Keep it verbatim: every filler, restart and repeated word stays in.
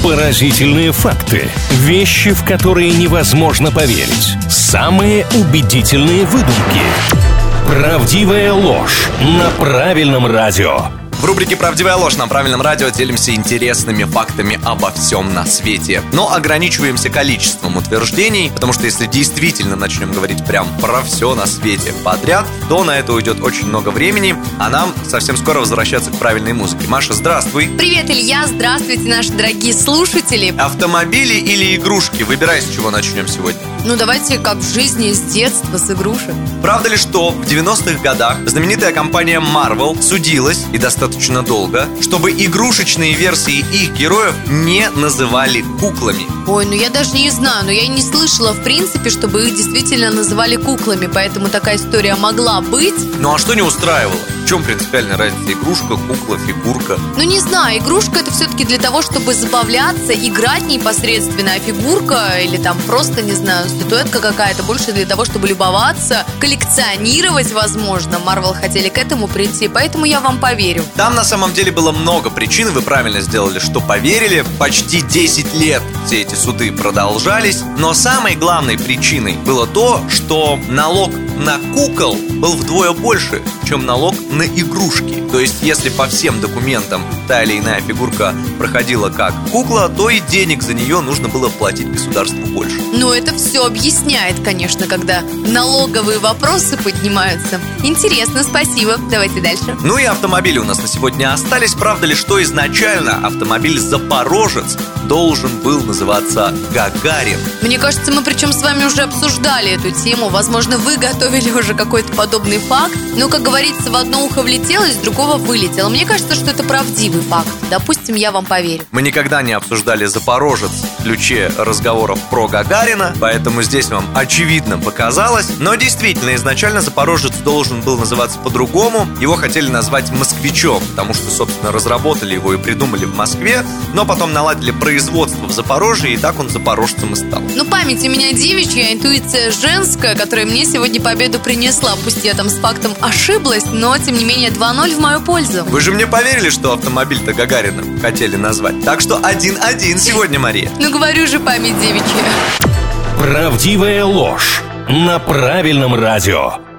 Поразительные факты. Вещи, в которые невозможно поверить. Самые убедительные выдумки. Правдивая ложь на правильном радио. В рубрике «Правдивая ложь» на правильном радио делимся интересными фактами обо всем на свете. Но ограничиваемся количеством утверждений, потому что если действительно начнем говорить прям про все на свете подряд, то на это уйдет очень много времени, а нам совсем скоро возвращаться к правильной музыке. Маша, здравствуй. Привет, Илья, здравствуйте, наши дорогие слушатели. Автомобили или игрушки? Выбирай, с чего начнем сегодня. Ну давайте как в жизни, с детства, с игрушек. Правда ли, что в девяностых годах знаменитая компания Marvel судилась, и достаточно долго, чтобы игрушечные версии их героев не называли куклами? Ой, ну я даже не знаю, но я и не слышала в принципе, чтобы их действительно называли куклами, поэтому такая история могла быть. Ну а что не устраивало? В чем принципиальная разница? Игрушка, кукла, фигурка? Ну не знаю, игрушка это все-таки для того, чтобы забавляться, играть непосредственно, а фигурка или там просто, не знаю, статуэтка какая-то больше для того, чтобы любоваться, коллекционировать, возможно. Marvel хотели к этому прийти, поэтому я вам поверю. Там на самом деле было много причин, вы правильно сделали, что поверили. Почти десять лет все эти суды продолжались, но самой главной причиной было то, что налог на кукол был вдвое больше, чем налог на игрушки. То есть, если по всем документам та или иная фигурка проходила как кукла, то и денег за нее нужно было платить государству больше. Ну, это все объясняет, конечно, когда налоговые вопросы поднимаются. Интересно, спасибо. Давайте дальше. Ну и автомобили у нас на сегодня остались. Правда ли, что изначально автомобиль «Запорожец» должен был называться «Гагарин»? Мне кажется, мы причем с вами уже обсуждали эту тему. Возможно, вы готовили уже какой-то подобный факт. Но, как говорится, в одно ухо влетело, из другого вылетело. Мне кажется, что это правдивый факт. Допустим, я вам поверю. Мы никогда не обсуждали «Запорожец» в ключе разговоров про Гагарина, поэтому здесь вам очевидно показалось. Но действительно, изначально «Запорожец» должен был называться по-другому. Его хотели назвать «Москвичом», потому что, собственно, разработали его и придумали в Москве, но потом наладили производство в Запорожье, и так он запорожцем и стал. Ну, память у меня девичья, интуиция женская, которая мне сегодня победу принесла. Пусть я там с фактом ошиблась, но, тем не менее, два ноль в мою пользу. Вы же мне поверили, что автомобиль-то Гагарином хотели назвать. Так что один-один сегодня, Мария. Ну, говорю же, память девичья. Правдивая ложь на правильном радио.